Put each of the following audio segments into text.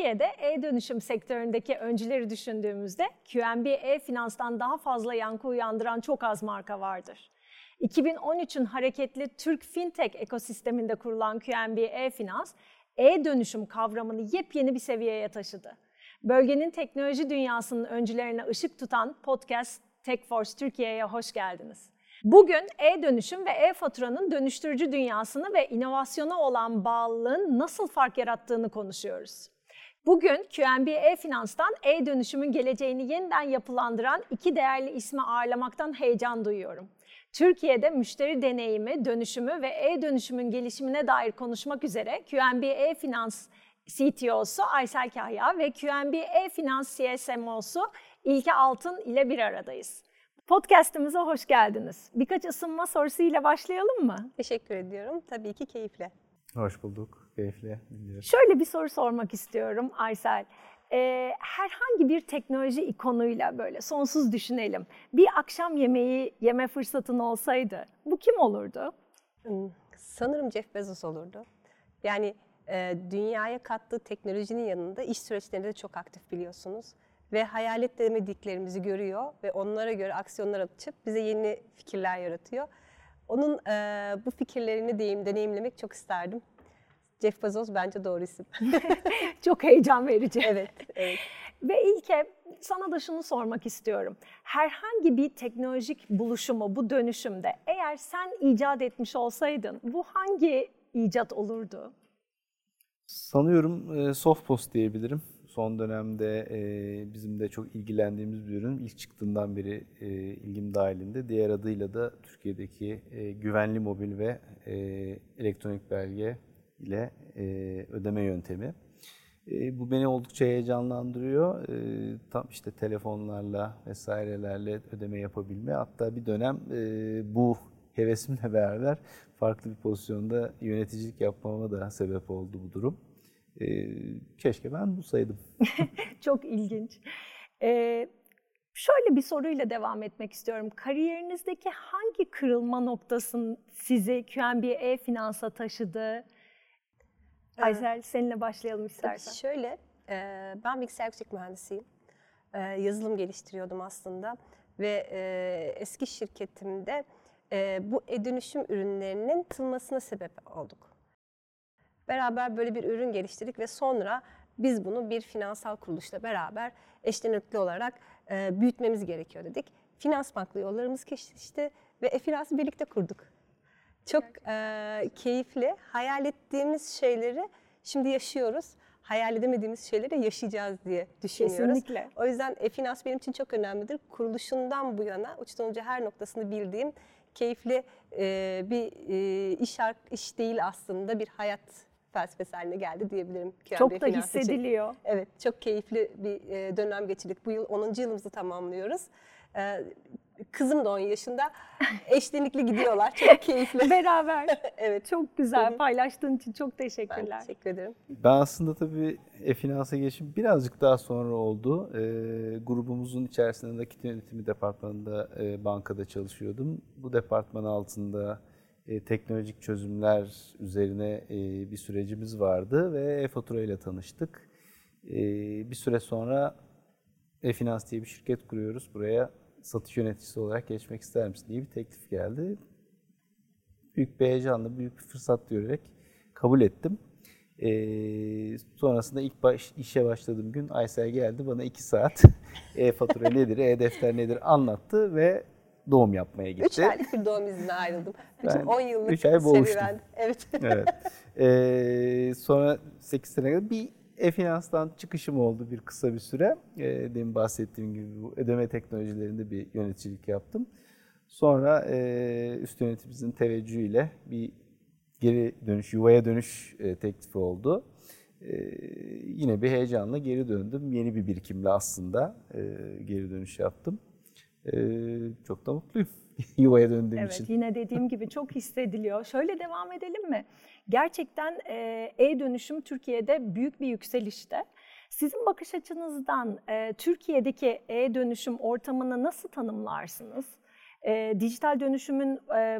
Türkiye'de e-dönüşüm sektöründeki öncüleri düşündüğümüzde QNB e-Finans'tan daha fazla yankı uyandıran çok az marka vardır. 2013'ün hareketli Türk fintech ekosisteminde kurulan QNB e-Finans, e-dönüşüm kavramını yepyeni bir seviyeye taşıdı. Bölgenin teknoloji dünyasının öncülerine ışık tutan podcast TechForce Türkiye'ye hoş geldiniz. Bugün e-dönüşüm ve e-faturanın dönüştürücü dünyasını ve inovasyona olan bağlılığın nasıl fark yarattığını konuşuyoruz. Bugün QNB e-Finans'tan e-dönüşümün geleceğini yeniden yapılandıran iki değerli ismi ağırlamaktan heyecan duyuyorum. Türkiye'de müşteri deneyimi, dönüşümü ve e-dönüşümün gelişimine dair konuşmak üzere QNB e-Finans CTO'su Aysel Kahya ve QNB e-Finans CSMO'su İlke Altın ile bir aradayız. Podcast'ımıza hoş geldiniz. Birkaç ısınma sorusuyla başlayalım mı? Teşekkür ediyorum. Tabii ki keyifle. Hoş bulduk. Keyifle. Şöyle bir soru sormak istiyorum Aysel. Herhangi bir teknoloji ikonuyla böyle sonsuz düşünelim. Bir akşam yemeği yeme fırsatın olsaydı bu kim olurdu? Sanırım Jeff Bezos olurdu. Yani dünyaya kattığı teknolojinin yanında iş süreçlerinde de çok aktif biliyorsunuz. Ve hayal etmediklerimizi görüyor ve onlara göre aksiyonlar atıp bize yeni fikirler yaratıyor. Onun bu fikirlerini deneyimlemek çok isterdim. Jeff Bezos bence doğru isim. Çok heyecan verici. Evet. Ve İlke, sana da şunu sormak istiyorum. Herhangi bir teknolojik buluşumu bu dönüşümde eğer sen icat etmiş olsaydın bu hangi icat olurdu? Sanıyorum Softpost diyebilirim. Son dönemde bizim de çok ilgilendiğimiz bir ürün. İlk çıktığından beri ilgim dahilinde. Diğer adıyla da Türkiye'deki güvenli mobil ve elektronik belge ile ödeme yöntemi. Bu beni oldukça heyecanlandırıyor. Tam işte telefonlarla vesairelerle ödeme yapabilme. Hatta bir dönem bu hevesimle beraber farklı bir pozisyonda yöneticilik yapmama da sebep oldu bu durum. Keşke ben bulsaydım. Çok ilginç. Şöyle bir soruyla devam etmek istiyorum. Kariyerinizdeki hangi kırılma noktası sizi QNB e-Finans'a taşıdı? Aysel, seninle başlayalım istersen. Şöyle, ben bilgisayar yüksek mühendisiyim. Yazılım geliştiriyordum aslında. Ve eski şirketimde bu e-dönüşüm ürünlerinin tılmasına sebep olduk. Beraber böyle bir ürün geliştirdik ve sonra biz bunu bir finansal kuruluşla beraber eşlenetli olarak büyütmemiz gerekiyor dedik. Finans banklı yollarımız kesişti ve e-Finans'ı birlikte kurduk. Çok keyifli. Hayal ettiğimiz şeyleri şimdi yaşıyoruz. Hayal edemediğimiz şeyleri yaşayacağız diye düşünüyoruz. Kesinlikle. O yüzden e-Finans benim için çok önemlidir. Kuruluşundan bu yana uçtan uca her noktasını bildiğim keyifli bir iş değil aslında, bir hayat felsefesi haline geldi diyebilirim. Çok da hissediliyor. Için. Evet, çok keyifli bir dönem geçirdik. Bu yıl 10. yılımızı tamamlıyoruz. Kızım da 10 yaşında. Eşlenikli gidiyorlar. Çok keyifli. Beraber. Evet. Çok güzel. Paylaştığın için çok teşekkürler. Ben teşekkür ederim. Ben aslında tabii e-Finans'a geçim birazcık daha sonra oldu. Grubumuzun içerisinde nakit yönetimi departmanında bankada çalışıyordum. Bu departman altında teknolojik çözümler üzerine bir sürecimiz vardı ve e-fatura ile tanıştık. Bir süre sonra e-Finans diye bir şirket kuruyoruz. Buraya satış yöneticisi olarak geçmek ister misin diye bir teklif geldi. Büyük bir heyecanla, büyük bir fırsat görerek kabul ettim. Sonrasında ilk işe başladığım gün Aysel geldi bana 2 saat e-fatura nedir, e-defter nedir anlattı ve doğum yapmaya gitti. 3 aylık bir doğum iznine ayrıldım. Bütün 10 yıllık 3 ay boğuştum. Evet. Evet. Sonra 8 sene kadar bir e-Finans'tan çıkışım oldu bir kısa bir süre. Demin bahsettiğim gibi bu ödeme teknolojilerinde bir yöneticilik yaptım. Sonra üst yönetimimizin teveccühüyle bir geri dönüş, yuvaya dönüş teklifi oldu. Yine bir heyecanla geri döndüm. Yeni bir birikimle aslında geri dönüş yaptım. Çok da mutluyum yuvaya döndüğüm için. Evet, yine dediğim gibi çok hissediliyor. Şöyle devam edelim mi? Gerçekten e-dönüşüm Türkiye'de büyük bir yükselişte. Sizin bakış açınızdan Türkiye'deki e-dönüşüm ortamını nasıl tanımlarsınız? Dijital dönüşümün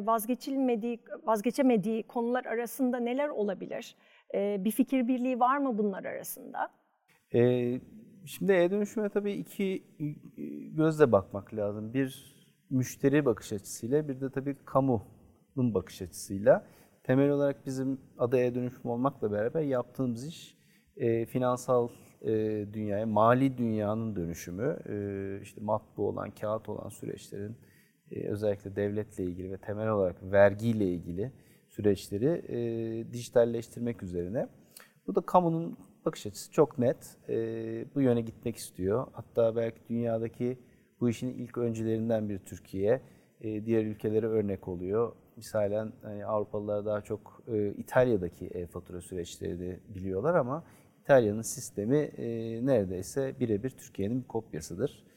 vazgeçemediği konular arasında neler olabilir? Bir fikir birliği var mı bunlar arasında? Şimdi e-dönüşüme tabii iki gözle bakmak lazım. Bir müşteri bakış açısıyla, bir de tabii kamunun bakış açısıyla. Temel olarak bizim adı e-dönüşüm olmakla beraber yaptığımız iş finansal dünyaya, mali dünyanın dönüşümü, işte matbu olan, kağıt olan süreçlerin özellikle devletle ilgili ve temel olarak vergiyle ilgili süreçleri dijitalleştirmek üzerine. Bu da kamunun bakış açısı çok net. Bu yöne gitmek istiyor. Hatta belki dünyadaki bu işin ilk öncülerinden biri Türkiye. Diğer ülkelere örnek oluyor. Misalen hani Avrupalılar daha çok İtalya'daki e-fatura süreçlerini biliyorlar ama İtalya'nın sistemi neredeyse birebir Türkiye'nin bir kopyasıdır.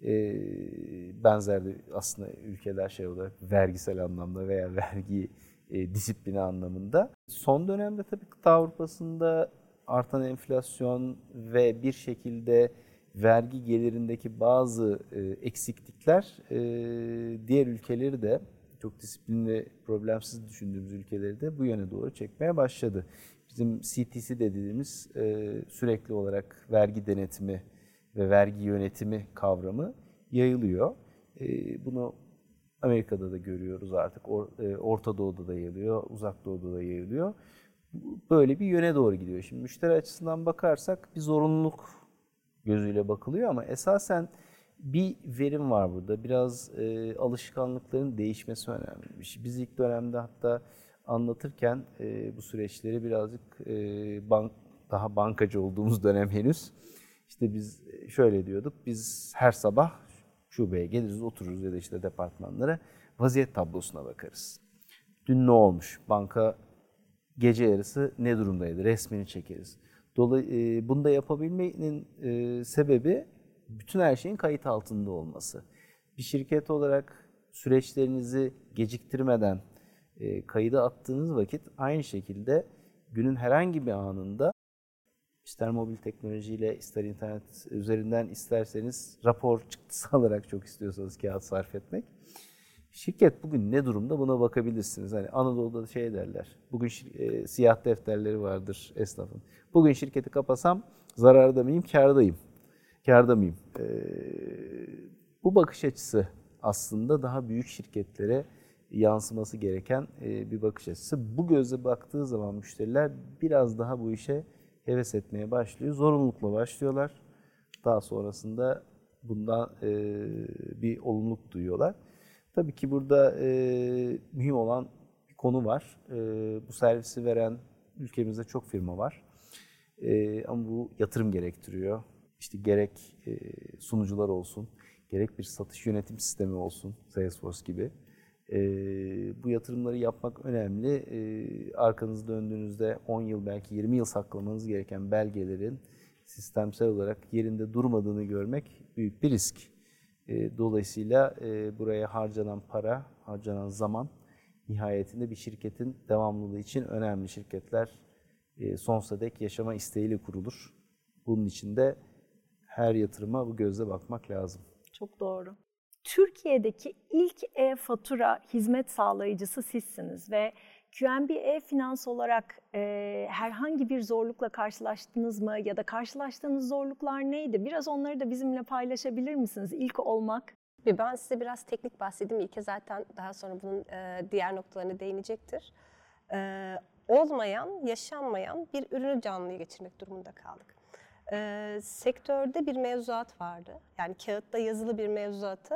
Benzer de aslında ülkeler şey olarak vergisel anlamda veya vergi disiplini anlamında. Son dönemde tabii kıta Avrupa'sında artan enflasyon ve bir şekilde vergi gelirindeki bazı eksiklikler diğer ülkeleri de çok disiplinli, problemsiz düşündüğümüz ülkeleri de bu yöne doğru çekmeye başladı. Bizim CTC dediğimiz sürekli olarak vergi denetimi ve vergi yönetimi kavramı yayılıyor. Bunu Amerika'da da görüyoruz artık, Orta Doğu'da da yayılıyor, Uzak Doğu'da da yayılıyor. Böyle bir yöne doğru gidiyor. Şimdi müşteri açısından bakarsak bir zorunluluk gözüyle bakılıyor ama esasen bir verim var burada. Biraz alışkanlıkların değişmesi önemli bir şey. Biz ilk dönemde hatta anlatırken bu süreçleri birazcık daha bankacı olduğumuz dönem henüz. İşte biz şöyle diyorduk, biz her sabah şubeye geliriz, otururuz ya da işte departmanlara vaziyet tablosuna bakarız. Dün ne olmuş? Banka gece yarısı ne durumdaydı? Resmini çekeriz. Bunu da yapabilmenin sebebi bütün her şeyin kayıt altında olması. Bir şirket olarak süreçlerinizi geciktirmeden kayıda attığınız vakit aynı şekilde günün herhangi bir anında ister mobil teknolojiyle, ister internet üzerinden, isterseniz rapor çıktısı alarak çok istiyorsanız kağıt sarf etmek. Şirket bugün ne durumda buna bakabilirsiniz. Hani Anadolu'da şey derler, bugün siyah defterleri vardır esnafın. Bugün şirketi kapasam zararda mıyım, kârdayım. Kârda mıyım? Bu bakış açısı aslında daha büyük şirketlere yansıması gereken bir bakış açısı. Bu gözle baktığı zaman müşteriler biraz daha bu işe heves etmeye başlıyor. Zorunlulukla başlıyorlar. Daha sonrasında bundan bir olumluluk duyuyorlar. Tabii ki burada mühim olan bir konu var. Bu servisi veren ülkemizde çok firma var. Ama bu yatırım gerektiriyor. İşte gerek sunucular olsun, gerek bir satış yönetim sistemi olsun, Salesforce gibi. Bu yatırımları yapmak önemli. Arkanızı döndüğünüzde 10 yıl belki 20 yıl saklamanız gereken belgelerin sistemsel olarak yerinde durmadığını görmek büyük bir risk. Dolayısıyla buraya harcanan para, harcanan zaman nihayetinde bir şirketin devamlılığı için önemli. Şirketler sonsuza dek yaşama isteğiyle kurulur. Bunun için de her yatırıma bu gözle bakmak lazım. Çok doğru. Türkiye'deki ilk e-fatura hizmet sağlayıcısı sizsiniz ve QNB e-finans olarak herhangi bir zorlukla karşılaştınız mı ya da karşılaştığınız zorluklar neydi? Biraz onları da bizimle paylaşabilir misiniz? İlk olmak. Ben size biraz teknik bahsedeyim. İlke zaten daha sonra bunun diğer noktalarına değinecektir. Olmayan, yaşanmayan bir ürünü canlıya geçirmek durumunda kaldık. Sektörde bir mevzuat vardı. Yani kağıtta yazılı bir mevzuatı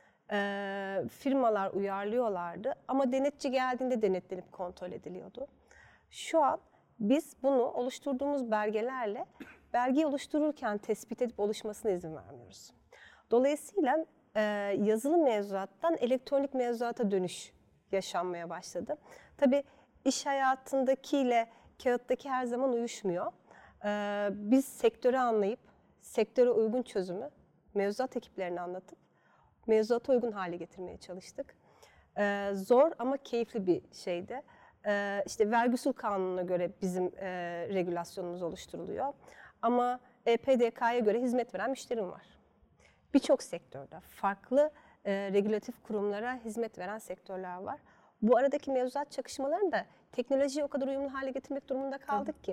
firmalar uyarlıyorlardı. Ama denetçi geldiğinde denetlenip kontrol ediliyordu. Şu an biz bunu oluşturduğumuz belgelerle belgeyi oluştururken tespit edip oluşmasına izin vermiyoruz. Dolayısıyla yazılı mevzuattan elektronik mevzuata dönüş yaşanmaya başladı. Tabii iş hayatındakiyle kağıttaki her zaman uyuşmuyor. Biz sektörü anlayıp, sektöre uygun çözümü mevzuat ekiplerine anlatıp mevzuata uygun hale getirmeye çalıştık. Zor ama keyifli bir şeydi. İşte vergi usul kanununa göre bizim regülasyonumuz oluşturuluyor. Ama EPDK'ya göre hizmet veren müşterim var. Birçok sektörde farklı regülatif kurumlara hizmet veren sektörler var. Bu aradaki mevzuat çakışmalarını da teknolojiye o kadar uyumlu hale getirmek durumunda kaldık ki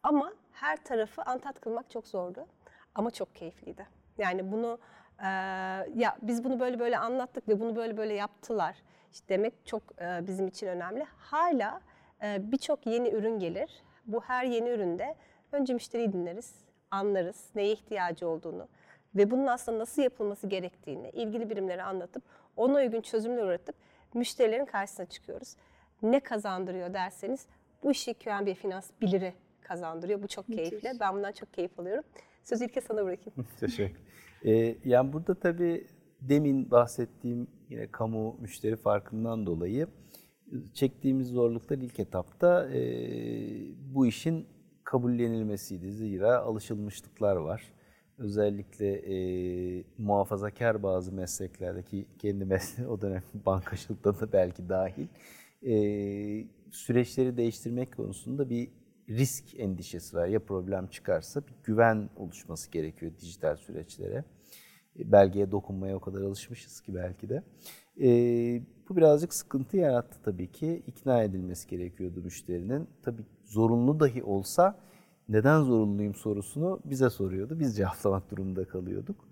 Ama her tarafı antat kılmak çok zordu. Ama çok keyifliydi. Yani bunu ya biz bunu böyle böyle anlattık ve bunu böyle böyle yaptılar. İşte demek çok bizim için önemli. Hala birçok yeni ürün gelir. Bu her yeni üründe önce müşteriyi dinleriz, anlarız neye ihtiyacı olduğunu ve bunun aslında nasıl yapılması gerektiğini ilgili birimlere anlatıp ona uygun çözümler üretip müşterilerin karşısına çıkıyoruz. Ne kazandırıyor derseniz bu işi QNB Finans biliri kazandırıyor. Bu çok keyifli. Ben bundan çok keyif alıyorum. Sözü İlke sana bırakayım. Teşekkür. Yani burada tabii demin bahsettiğim yine kamu müşteri farkından dolayı çektiğimiz zorluklar ilk etapta bu işin kabullenilmesiydi. Zira alışılmışlıklar var. Özellikle muhafazakar bazı mesleklerdeki kendi mesleği o dönem bankacılıkta da belki dahil süreçleri değiştirmek konusunda bir risk endişesi var. Ya problem çıkarsa bir güven oluşması gerekiyor dijital süreçlere. Belgeye dokunmaya o kadar alışmışız ki belki de. Bu birazcık sıkıntı yarattı tabii ki. İkna edilmesi gerekiyordu müşterinin. Tabii zorunlu dahi olsa neden zorunluyum sorusunu bize soruyordu. Biz cevaplamak durumunda kalıyorduk.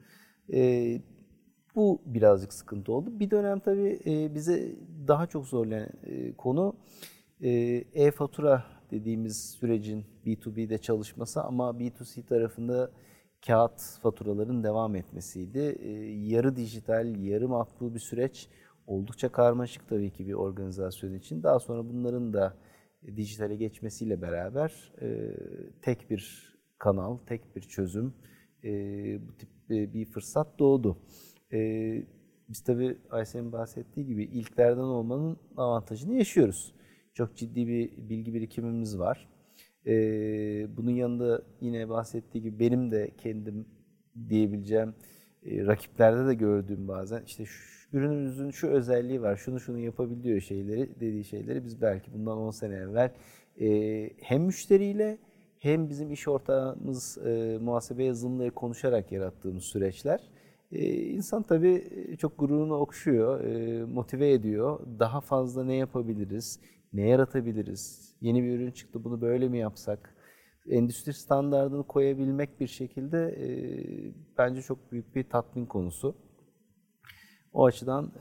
Bu birazcık sıkıntı oldu. Bir dönem tabii bize daha çok zorlayan konu e-fatura dediğimiz sürecin B2B'de çalışması ama B2C tarafında kağıt faturaların devam etmesiydi. Yarı dijital, yarı makbul bir süreç. Oldukça karmaşık tabii ki bir organizasyon için. Daha sonra bunların da dijitale geçmesiyle beraber tek bir kanal, tek bir çözüm, bu tip bir fırsat doğdu. Biz tabii Aysel'in bahsettiği gibi ilklerden olmanın avantajını yaşıyoruz. Çok ciddi bir bilgi birikimimiz var. Bunun yanında yine bahsettiği gibi benim de kendim diyebileceğim rakiplerde de gördüğüm bazen işte ürünümüzün şu özelliği var, şunu yapabiliyor dediği şeyleri biz belki bundan 10 sene evvel hem müşteriyle hem bizim iş ortağımız muhasebe yazılımları konuşarak yarattığımız süreçler insan tabii çok gururunu okşuyor, motive ediyor. Daha fazla ne yapabiliriz, ne yaratabiliriz? Yeni bir ürün çıktı, bunu böyle mi yapsak? Endüstri standardını koyabilmek bir şekilde bence çok büyük bir tatmin konusu. O açıdan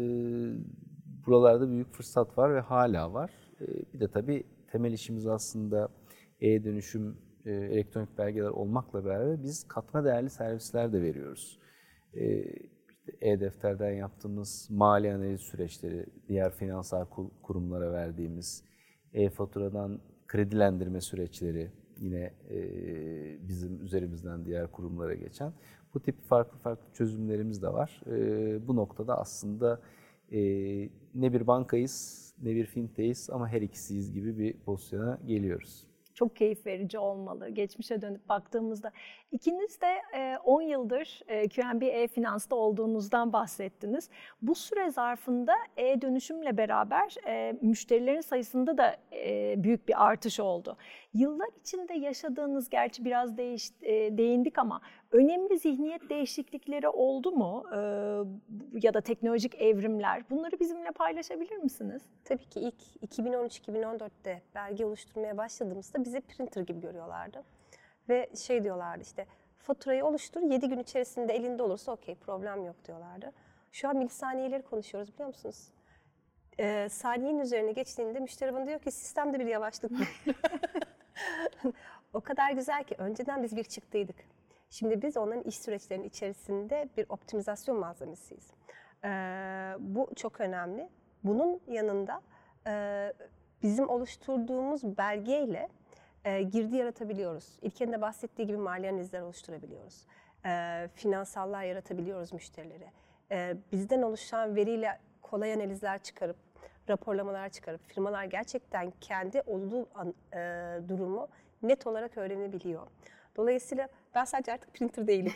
buralarda büyük fırsat var ve hala var. Bir de tabii temel işimiz aslında e-dönüşüm, elektronik belgeler olmakla beraber biz katma değerli servisler de veriyoruz. E-defterden yaptığımız mali analiz süreçleri, diğer finansal kurumlara verdiğimiz e-faturadan kredilendirme süreçleri yine bizim üzerimizden diğer kurumlara geçen bu tip farklı çözümlerimiz de var. Bu noktada aslında ne bir bankayız ne bir fintech'iz ama her ikisiyiz gibi bir pozisyona geliyoruz. Çok keyif verici olmalı geçmişe dönüp baktığımızda. İkiniz de 10 yıldır QNB E-Finans'ta olduğunuzdan bahsettiniz. Bu süre zarfında e-dönüşümle beraber müşterilerin sayısında da büyük bir artış oldu. Yıllar içinde yaşadığınız, gerçi biraz değindik ama önemli zihniyet değişiklikleri oldu mu? Ya da teknolojik evrimler. Bunları bizimle paylaşabilir misiniz? Tabii ki ilk 2013-2014'te belge oluşturmaya başladığımızda bizi printer gibi görüyorlardı. Ve şey diyorlardı işte faturayı oluştur 7 gün içerisinde elinde olursa okey problem yok diyorlardı. Şu an milisaniyeleri konuşuyoruz biliyor musunuz? Saniyenin üzerine geçtiğinde müşteri bana diyor ki sistemde bir yavaşlık var. O kadar güzel ki önceden biz bir çıktıydık. Şimdi biz onların iş süreçlerinin içerisinde bir optimizasyon malzemesiyiz. Bu çok önemli. Bunun yanında bizim oluşturduğumuz belgeyle girdi yaratabiliyoruz. İlker'in de bahsettiği gibi mali analizler oluşturabiliyoruz. Finansallar yaratabiliyoruz müşterilere. Bizden oluşan veriyle kolay analizler çıkarıp, raporlamalar çıkarıp firmalar gerçekten kendi olduğu durumu net olarak öğrenebiliyor. Dolayısıyla ben sadece artık printer değilim.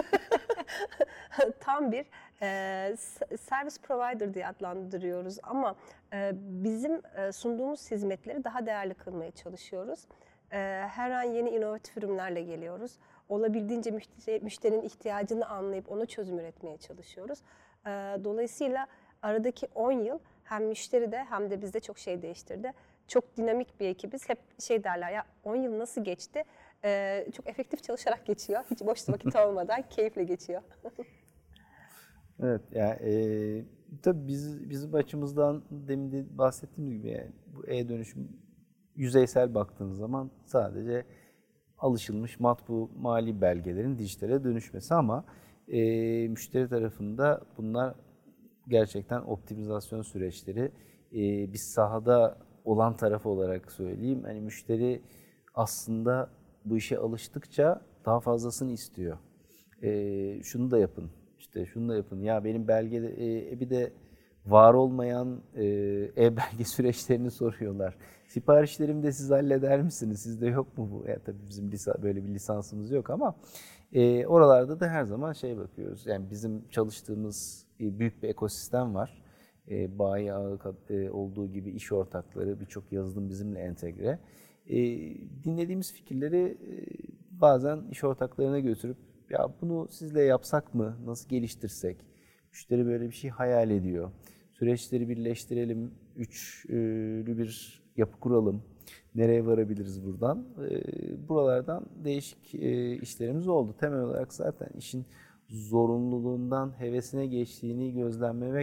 Tam bir service provider diye adlandırıyoruz ama bizim sunduğumuz hizmetleri daha değerli kılmaya çalışıyoruz. Her an yeni inovatif ürünlerle geliyoruz. Olabildiğince müşterinin ihtiyacını anlayıp ona çözüm üretmeye çalışıyoruz. Dolayısıyla aradaki 10 yıl hem müşteride hem de bizde çok şey değiştirdi. çok dinamik bir ekibiz. Hep şey derler ya 10 yıl nasıl geçti? Çok efektif çalışarak geçiyor. Hiç boş vakit olmadan keyifle geçiyor. Evet, yani tabii bizim açımızdan demin de bahsettiğimiz gibi yani bu e-dönüşüm yüzeysel baktığınız zaman sadece alışılmış matbu mali belgelerin dijitale dönüşmesi ama müşteri tarafında bunlar gerçekten optimizasyon süreçleri. Biz sahada olan taraf olarak söyleyeyim, hani müşteri aslında bu işe alıştıkça daha fazlasını istiyor. Şunu da yapın, işte şunu da yapın. Ya benim belge bir de var olmayan e-belge süreçlerini soruyorlar. Siparişlerimi de siz halleder misiniz? Sizde yok mu bu? Tabii bizim böyle bir lisansımız yok ama oralarda da her zaman bakıyoruz. Yani bizim çalıştığımız büyük bir ekosistem var. Bayi ağı olduğu gibi iş ortakları, birçok yazılım bizimle entegre. Dinlediğimiz fikirleri bazen iş ortaklarına götürüp ya bunu sizle yapsak mı, nasıl geliştirsek? Müşteri böyle bir şey hayal ediyor. Süreçleri birleştirelim, üçlü bir yapı kuralım. Nereye varabiliriz buradan? Buralardan değişik işlerimiz oldu. Temel olarak zaten işin zorunluluğundan hevesine geçtiğini gözlemlemek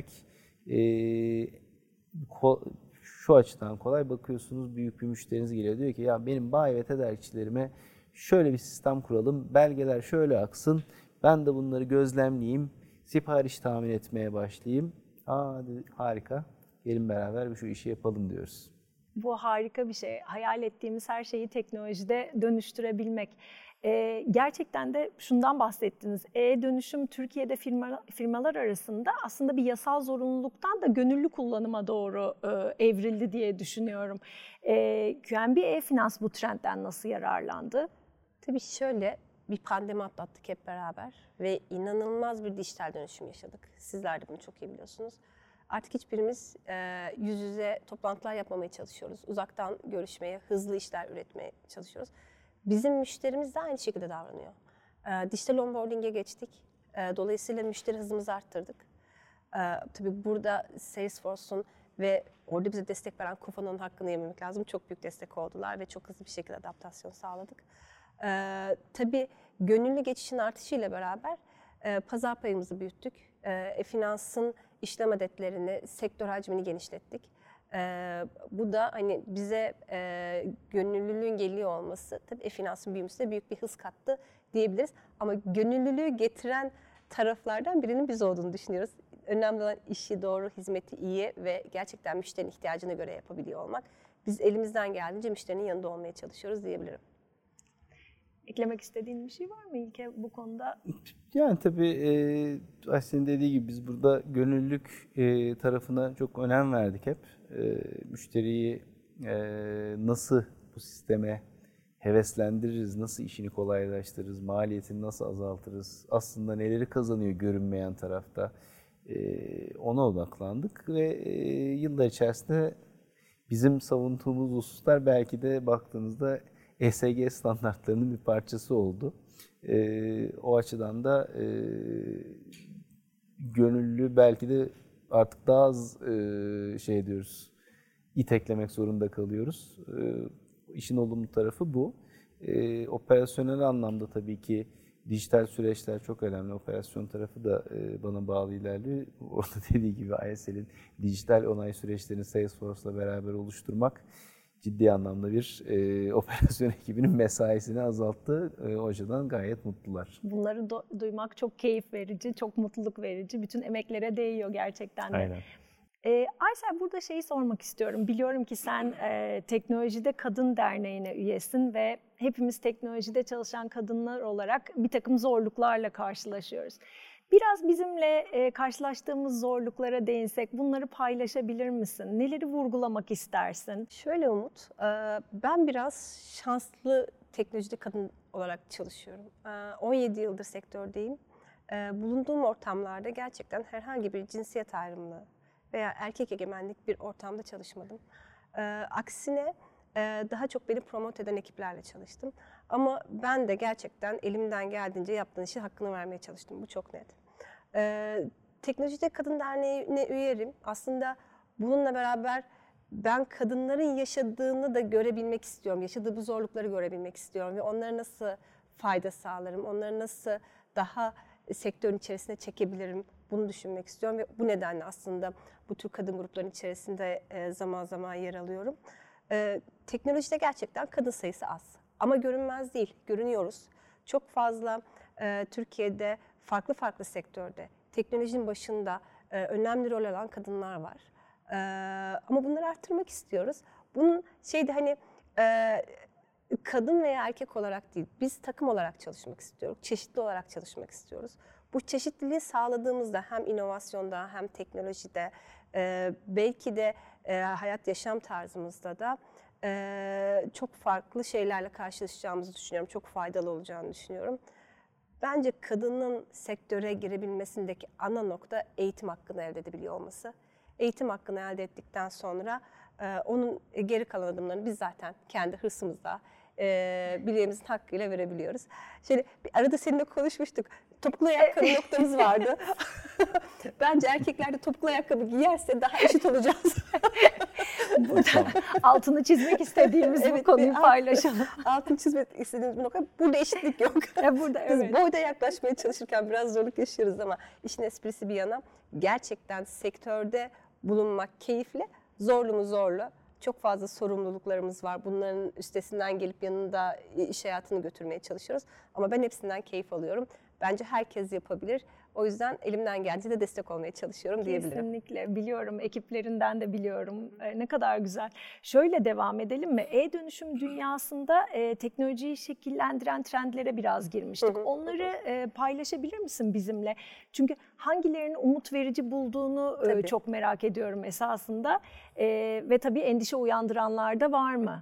şu açıdan kolay. Bakıyorsunuz büyük bir müşteriniz geliyor. Diyor ki ya benim bayi ve tedarikçilerime şöyle bir sistem kuralım. Belgeler şöyle aksın. Ben de bunları gözlemleyeyim. Sipariş tahmin etmeye başlayayım. Harika. Gelin beraber şu işi yapalım diyoruz. Bu harika bir şey. Hayal ettiğimiz her şeyi teknolojide dönüştürebilmek. Gerçekten de şundan bahsettiniz. E-dönüşüm Türkiye'de firmalar arasında aslında bir yasal zorunluluktan da gönüllü kullanıma doğru evrildi diye düşünüyorum. QNB E-Finans bu trendden nasıl yararlandı? Tabii şöyle bir pandemi atlattık hep beraber ve inanılmaz bir dijital dönüşüm yaşadık. Sizler de bunu çok iyi biliyorsunuz. Artık hiçbirimiz yüz yüze toplantılar yapmamaya çalışıyoruz. Uzaktan görüşmeye, hızlı işler üretmeye çalışıyoruz. Bizim müşterimiz de aynı şekilde davranıyor. Dijital onboarding'e geçtik. Dolayısıyla müşteri hızımızı arttırdık. Tabii burada Salesforce'un ve orada bize destek veren Kufan'ın hakkını yememek lazım. Çok büyük destek oldular ve çok hızlı bir şekilde adaptasyon sağladık. Tabii gönüllü geçişin artışıyla beraber pazar payımızı büyüttük. Finansın işlem adetlerini, sektör hacmini genişlettik. Bu da hani bize gönüllülüğün geliyor olması, tabii finansın büyümesine büyük bir hız kattı diyebiliriz. Ama gönüllülüğü getiren taraflardan birinin biz olduğunu düşünüyoruz. Önemli olan işi doğru, hizmeti iyi ve gerçekten müşterinin ihtiyacına göre yapabiliyor olmak. Biz elimizden geldiğince müşterinin yanında olmaya çalışıyoruz diyebilirim. Eklemek istediğin bir şey var mı İlke bu konuda? Yani tabii Ayşe'nin dediği gibi biz burada gönüllülük tarafına çok önem verdik hep. Müşteriyi nasıl bu sisteme heveslendiririz, nasıl işini kolaylaştırırız, maliyetini nasıl azaltırız, aslında neleri kazanıyor görünmeyen tarafta ona odaklandık ve yıllar içerisinde bizim savunduğumuz hususlar belki de baktığınızda ESG standartlarının bir parçası oldu. O açıdan da gönüllü belki de artık daha az diyoruz, iteklemek zorunda kalıyoruz. İşin olumlu tarafı bu. Operasyonel anlamda tabii ki dijital süreçler çok önemli. Operasyon tarafı da bana bağlı ilerliyor. Orada dediği gibi ISL'in dijital onay süreçlerini Salesforce'la beraber oluşturmak ciddi anlamda bir operasyon ekibinin mesaisini azalttı. O açıdan gayet mutlular. Bunları duymak çok keyif verici, çok mutluluk verici. Bütün emeklere değiyor gerçekten de. Aynen. Aysel, burada şeyi sormak istiyorum. Biliyorum ki sen Teknolojide Kadın Derneği'ne üyesin ve hepimiz teknolojide çalışan kadınlar olarak bir takım zorluklarla karşılaşıyoruz. Biraz bizimle karşılaştığımız zorluklara değinsek, bunları paylaşabilir misin? Neleri vurgulamak istersin? Şöyle Umut, ben biraz şanslı teknolojide kadın olarak çalışıyorum. 17 yıldır sektördeyim. Bulunduğum ortamlarda gerçekten herhangi bir cinsiyet ayrımı veya erkek egemenlik bir ortamda çalışmadım. Aksine daha çok beni promote eden ekiplerle çalıştım. Ama ben de gerçekten elimden geldiğince yaptığın işi hakkını vermeye çalıştım. Bu çok net. Teknolojide Kadın Derneği'ne üyeyim. Aslında bununla beraber ben kadınların yaşadığını da görebilmek istiyorum. Yaşadığı bu zorlukları görebilmek istiyorum ve onlara nasıl fayda sağlarım, onları nasıl daha sektörün içerisine çekebilirim, bunu düşünmek istiyorum ve bu nedenle aslında bu tür kadın grupların içerisinde zaman zaman yer alıyorum. Teknolojide gerçekten kadın sayısı az ama görünmez değil, görünüyoruz. Çok fazla Türkiye'de farklı sektörde teknolojinin başında önemli rol alan kadınlar var. Ama bunları arttırmak istiyoruz. Bunun kadın veya erkek olarak değil, biz takım olarak çalışmak istiyoruz, çeşitli olarak çalışmak istiyoruz. Bu çeşitliliği sağladığımızda hem inovasyonda hem teknolojide, belki de hayat yaşam tarzımızda da çok farklı şeylerle karşılaşacağımızı düşünüyorum, çok faydalı olacağını düşünüyorum. Bence kadının sektöre girebilmesindeki ana nokta eğitim hakkını elde edebiliyor olması. Eğitim hakkını elde ettikten sonra onun geri kalan adımlarını biz zaten kendi hırsımızla, bileğimizin hakkıyla verebiliyoruz. Şöyle arada seninle konuşmuştuk. Topuklu ayakkabı noktamız vardı. Bence erkekler de topuklu ayakkabı giyerse daha eşit olacağız. Burada altını çizmek istediğimiz bu konuyu paylaşalım. Altını çizmek istediğimiz bu nokta. Burada eşitlik yok. Burada Biz boyda yaklaşmaya çalışırken biraz zorluk yaşıyoruz ama işin esprisi bir yana gerçekten sektörde bulunmak keyifli, zorlu mu zorlu. Çok fazla sorumluluklarımız var. Bunların üstesinden gelip yanında iş hayatını götürmeye çalışıyoruz. Ama ben hepsinden keyif alıyorum. Bence herkes yapabilir. O yüzden elimden geldiğince de destek olmaya çalışıyorum diyebilirim. Kesinlikle biliyorum, ekiplerinden de biliyorum. Ne kadar güzel. Şöyle devam edelim mi? E-dönüşüm dünyasında teknolojiyi şekillendiren trendlere biraz girmiştik. Onları paylaşabilir misin bizimle? Çünkü hangilerinin umut verici bulduğunu çok merak ediyorum esasında. Ve tabii endişe uyandıranlar da var mı?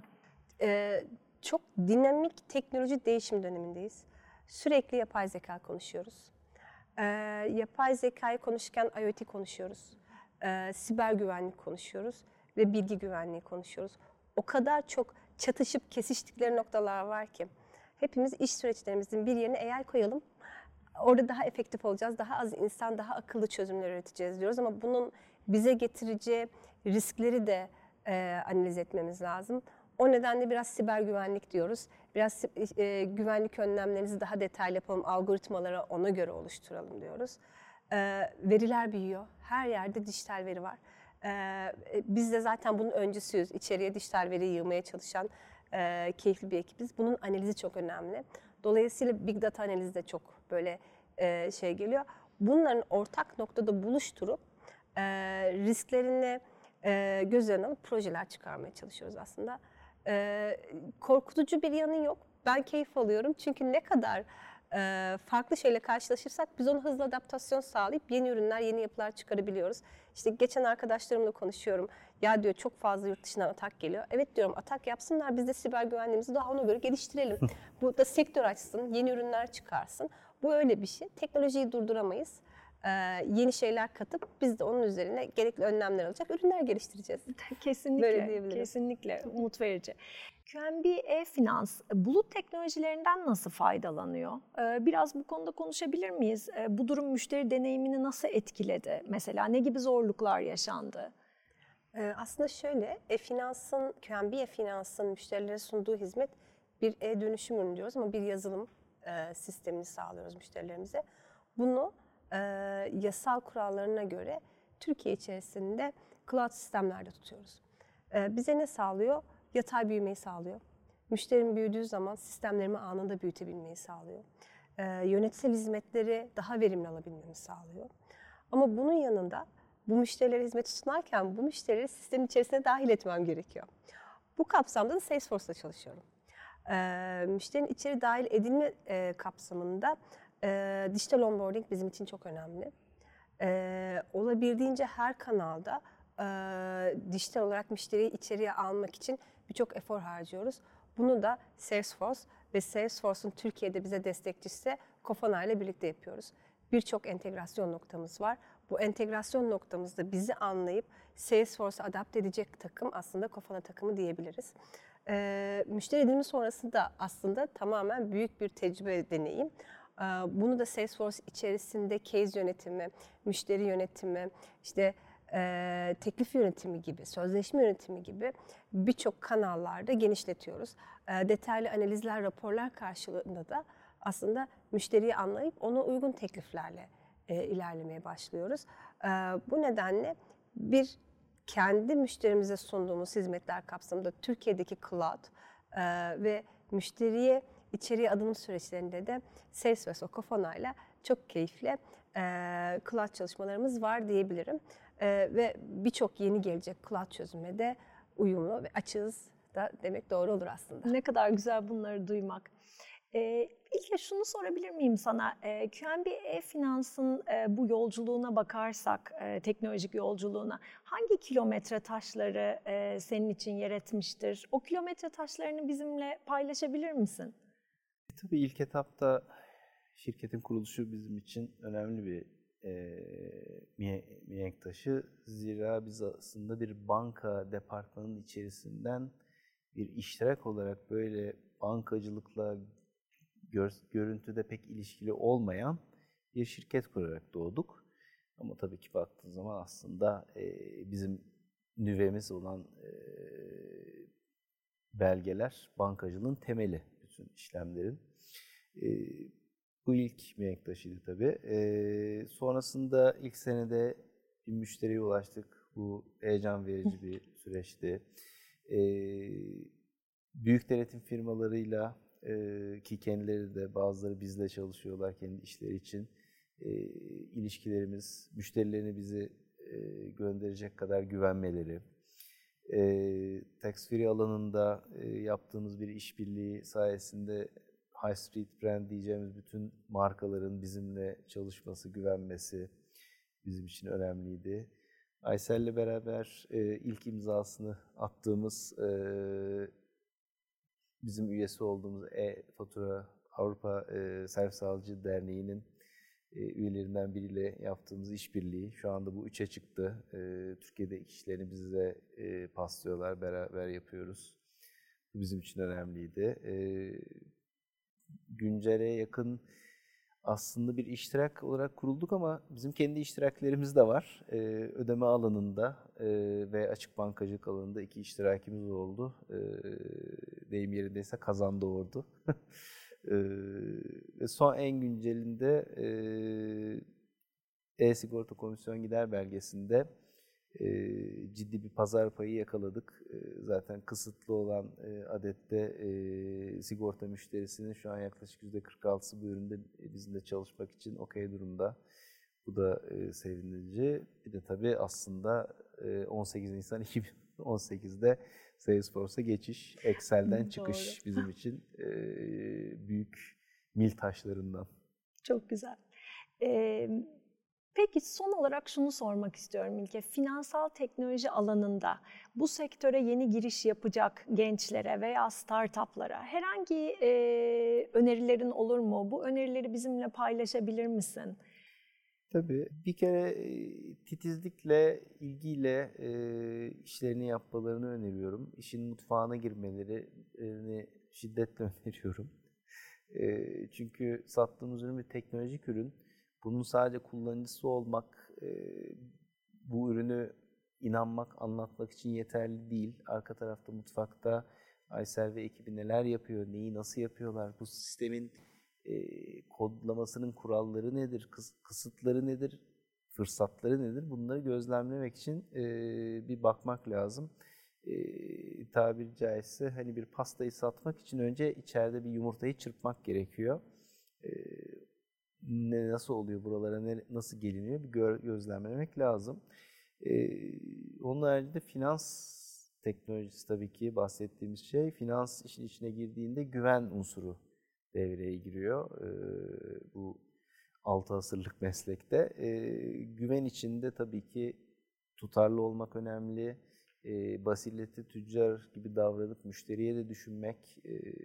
Çok dinamik teknoloji değişim dönemindeyiz. Sürekli yapay zeka konuşuyoruz. Yapay zekayı konuşurken IoT konuşuyoruz. Siber güvenlik konuşuyoruz ve bilgi güvenliği konuşuyoruz. O kadar çok çatışıp kesiştikleri noktalar var ki hepimiz iş süreçlerimizin bir yerine AI koyalım. Orada daha efektif olacağız, daha az insan, daha akıllı çözümler üreteceğiz diyoruz ama bunun bize getireceği riskleri de analiz etmemiz lazım. O nedenle biraz siber güvenlik diyoruz. Biraz güvenlik önlemlerinizi daha detaylı yapalım, algoritmaları ona göre oluşturalım diyoruz. Veriler büyüyor. Her yerde dijital veri var. Biz de zaten bunun öncüsüyüz. İçeriye dijital veri yığmaya çalışan keyifli bir ekibiz. Bunun analizi çok önemli. Dolayısıyla Big Data analizi de çok böyle geliyor. Bunların ortak noktada buluşturup risklerini göz önüne alıp projeler çıkarmaya çalışıyoruz aslında. Korkutucu bir yanı yok. Ben keyif alıyorum çünkü ne kadar farklı şeyle karşılaşırsak biz ona hızlı adaptasyon sağlayıp yeni ürünler, yeni yapılar çıkarabiliyoruz. İşte geçen arkadaşlarımla konuşuyorum. Ya diyor çok fazla yurt dışından atak geliyor. Evet diyorum atak yapsınlar, biz de siber güvenliğimizi daha ona göre geliştirelim. Bu da sektör açsın, yeni ürünler çıkarsın. Bu öyle bir şey. Teknolojiyi durduramayız. Yeni şeyler katıp biz de onun üzerine gerekli önlemler alacak ürünler geliştireceğiz. Kesinlikle, kesinlikle umut verici. QNB E-Finans bulut teknolojilerinden nasıl faydalanıyor? Biraz bu konuda konuşabilir miyiz? Bu durum müşteri deneyimini nasıl etkiledi? Mesela ne gibi zorluklar yaşandı? Aslında şöyle, QNB E-Finans'ın müşterilere sunduğu hizmet bir e-dönüşüm ürünü diyoruz ama bir yazılım sistemini sağlıyoruz müşterilerimize. Bunu yasal kurallarına göre Türkiye içerisinde cloud sistemlerde tutuyoruz. Bize ne sağlıyor? Yatay büyümeyi sağlıyor. Müşterim büyüdüğü zaman sistemlerimi anında büyütebilmeyi sağlıyor. Yönetsel hizmetleri daha verimli alabilmemi sağlıyor. Ama bunun yanında bu müşterilere hizmet sunarken bu müşterileri sistemin içerisine dahil etmem gerekiyor. Bu kapsamda da Salesforce'la çalışıyorum. Müşterinin içeri dahil edilme kapsamında dijital onboarding bizim için çok önemli. Olabildiğince her kanalda dijital olarak müşteriyi içeriye almak için birçok efor harcıyoruz. Bunu da Salesforce ve Salesforce'un Türkiye'de bize destekçisi Kofana ile birlikte yapıyoruz. Birçok entegrasyon noktamız var. Bu entegrasyon noktamızda bizi anlayıp Salesforce'a adapte edecek takım aslında Kofana takımı diyebiliriz. Müşteri edinimi sonrası da aslında tamamen büyük bir tecrübe, deneyim. Bunu da Salesforce içerisinde case yönetimi, müşteri yönetimi, işte teklif yönetimi gibi, sözleşme yönetimi gibi birçok kanallarda genişletiyoruz. Detaylı analizler, raporlar karşılığında da aslında müşteriyi anlayıp ona uygun tekliflerle ilerlemeye başlıyoruz. Bu nedenle kendi müşterimize sunduğumuz hizmetler kapsamında Türkiye'deki cloud ve müşteriye içeriye alım süreçlerinde de Salesforce ve Sokofona ile çok keyifli cloud çalışmalarımız var diyebilirim. Ve birçok yeni gelecek cloud çözüme de uyumlu ve açığız da demek doğru olur aslında. Ne kadar güzel bunları duymak. İlke şunu sorabilir miyim sana? QNB E-Finans'ın bu yolculuğuna bakarsak, teknolojik yolculuğuna, hangi kilometre taşları senin için yer etmiştir? O kilometre taşlarını bizimle paylaşabilir misin? Tabii ilk etapta şirketin kuruluşu bizim için önemli bir mihenk taşı. Zira biz aslında bir banka departmanının içerisinden bir iştirak olarak böyle bankacılıkla görüntüde pek ilişkili olmayan bir şirket kurarak doğduk. Ama tabii ki baktığın zaman aslında bizim nüvemiz olan belgeler bankacılığın temeli, bütün işlemlerin. Bu ilk mihenk taşıydı tabii. Sonrasında ilk senede bir müşteriye ulaştık. Bu heyecan verici bir süreçti. Büyük denetim firmalarıyla ki kendileri de bazıları bizle çalışıyorlar kendi işleri için. İlişkilerimiz, müşterilerini bizi gönderecek kadar güvenmeleri, tax free alanında yaptığımız bir işbirliği sayesinde high street brand diyeceğimiz bütün markaların bizimle çalışması, güvenmesi bizim için önemliydi. Aysel'le beraber ilk imzasını attığımız, bizim üyesi olduğumuz E-Fatura Avrupa Servis Sağlayıcı Derneği'nin üyelerinden biriyle yaptığımız işbirliği. Şu anda bu 3'e çıktı. Türkiye'deki işlerini bize paslıyorlar, beraber yapıyoruz. Bu bizim için önemliydi. Güncele yakın aslında bir iştirak olarak kurulduk ama bizim kendi iştiraklerimiz de var. Ödeme alanında ve açık bankacılık alanında 2 iştirakimiz oldu. Deyim yerindeyse kazan doğurdu. Ve son en güncelinde E-Sigorta Komisyon Gider Belgesi'nde ciddi bir pazar payı yakaladık. Zaten kısıtlı olan adette sigorta müşterisinin şu an yaklaşık %46'sı bu üründe bizimle çalışmak için okey durumda. Bu da sevindirici. Bir de tabii aslında 18 Nisan 2018'de Salesforce'a geçiş, Excel'den çıkış bizim için büyük mil taşlarından. Çok güzel. Peki son olarak şunu sormak istiyorum İlke. Finansal teknoloji alanında bu sektöre yeni giriş yapacak gençlere veya startuplara herhangi önerilerin olur mu? Bu önerileri bizimle paylaşabilir misin? Tabii. Bir kere titizlikle, ilgiyle işlerini yapmalarını öneriyorum. İşin mutfağına girmelerini şiddetle öneriyorum. Çünkü sattığımız ürün bir teknolojik ürün. Bunun sadece kullanıcısı olmak, bu ürünü inanmak, anlatmak için yeterli değil. Arka tarafta mutfakta Aysel ve ekibi neler yapıyor, neyi nasıl yapıyorlar, bu sistemin kodlamasının kuralları nedir, kısıtları nedir, fırsatları nedir? Bunları gözlemlemek için bir bakmak lazım. Tabiri caizse hani bir pastayı satmak için önce içeride bir yumurtayı çırpmak gerekiyor. Nasıl oluyor buralara, nasıl geliniyor bir gözlemlemek lazım. Onun haricinde finans teknolojisi tabii ki bahsettiğimiz şey. Finans işin içine girdiğinde güven unsuru devreye giriyor bu 6 asırlık meslekte. Güven içinde tabii ki tutarlı olmak önemli. Basiretli tüccar gibi davranıp müşteriye de düşünmek,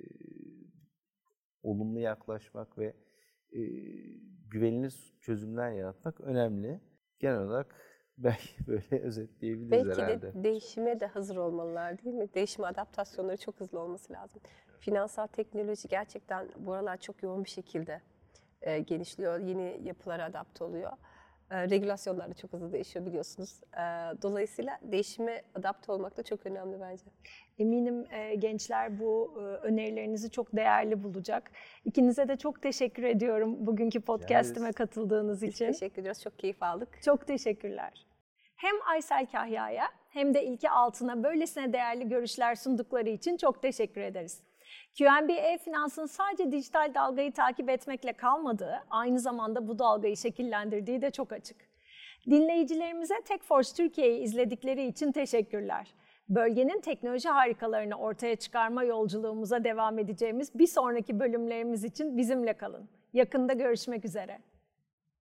olumlu yaklaşmak ve güvenilir çözümler yaratmak önemli. Genel olarak belki böyle özetleyebiliriz belki herhalde. Belki de değişime de hazır olmalılar değil mi? Değişime adaptasyonları çok hızlı olması lazım. Finansal teknoloji gerçekten bu aralar çok yoğun bir şekilde genişliyor. Yeni yapılara adapte oluyor. Regülasyonlar da çok hızlı değişiyor biliyorsunuz. Dolayısıyla değişime adapte olmak da çok önemli bence. Eminim gençler bu önerilerinizi çok değerli bulacak. İkinize de çok teşekkür ediyorum bugünkü podcast'ime katıldığınız için. Biz teşekkür ediyoruz. Çok keyif aldık. Çok teşekkürler. Hem Aysel Kahya'ya hem de İlke Altın'a böylesine değerli görüşler sundukları için çok teşekkür ederiz. QNB E-Finans'ın sadece dijital dalgayı takip etmekle kalmadığı, aynı zamanda bu dalgayı şekillendirdiği de çok açık. Dinleyicilerimize Techforce Türkiye'yi izledikleri için teşekkürler. Bölgenin teknoloji harikalarını ortaya çıkarma yolculuğumuza devam edeceğimiz bir sonraki bölümlerimiz için bizimle kalın. Yakında görüşmek üzere.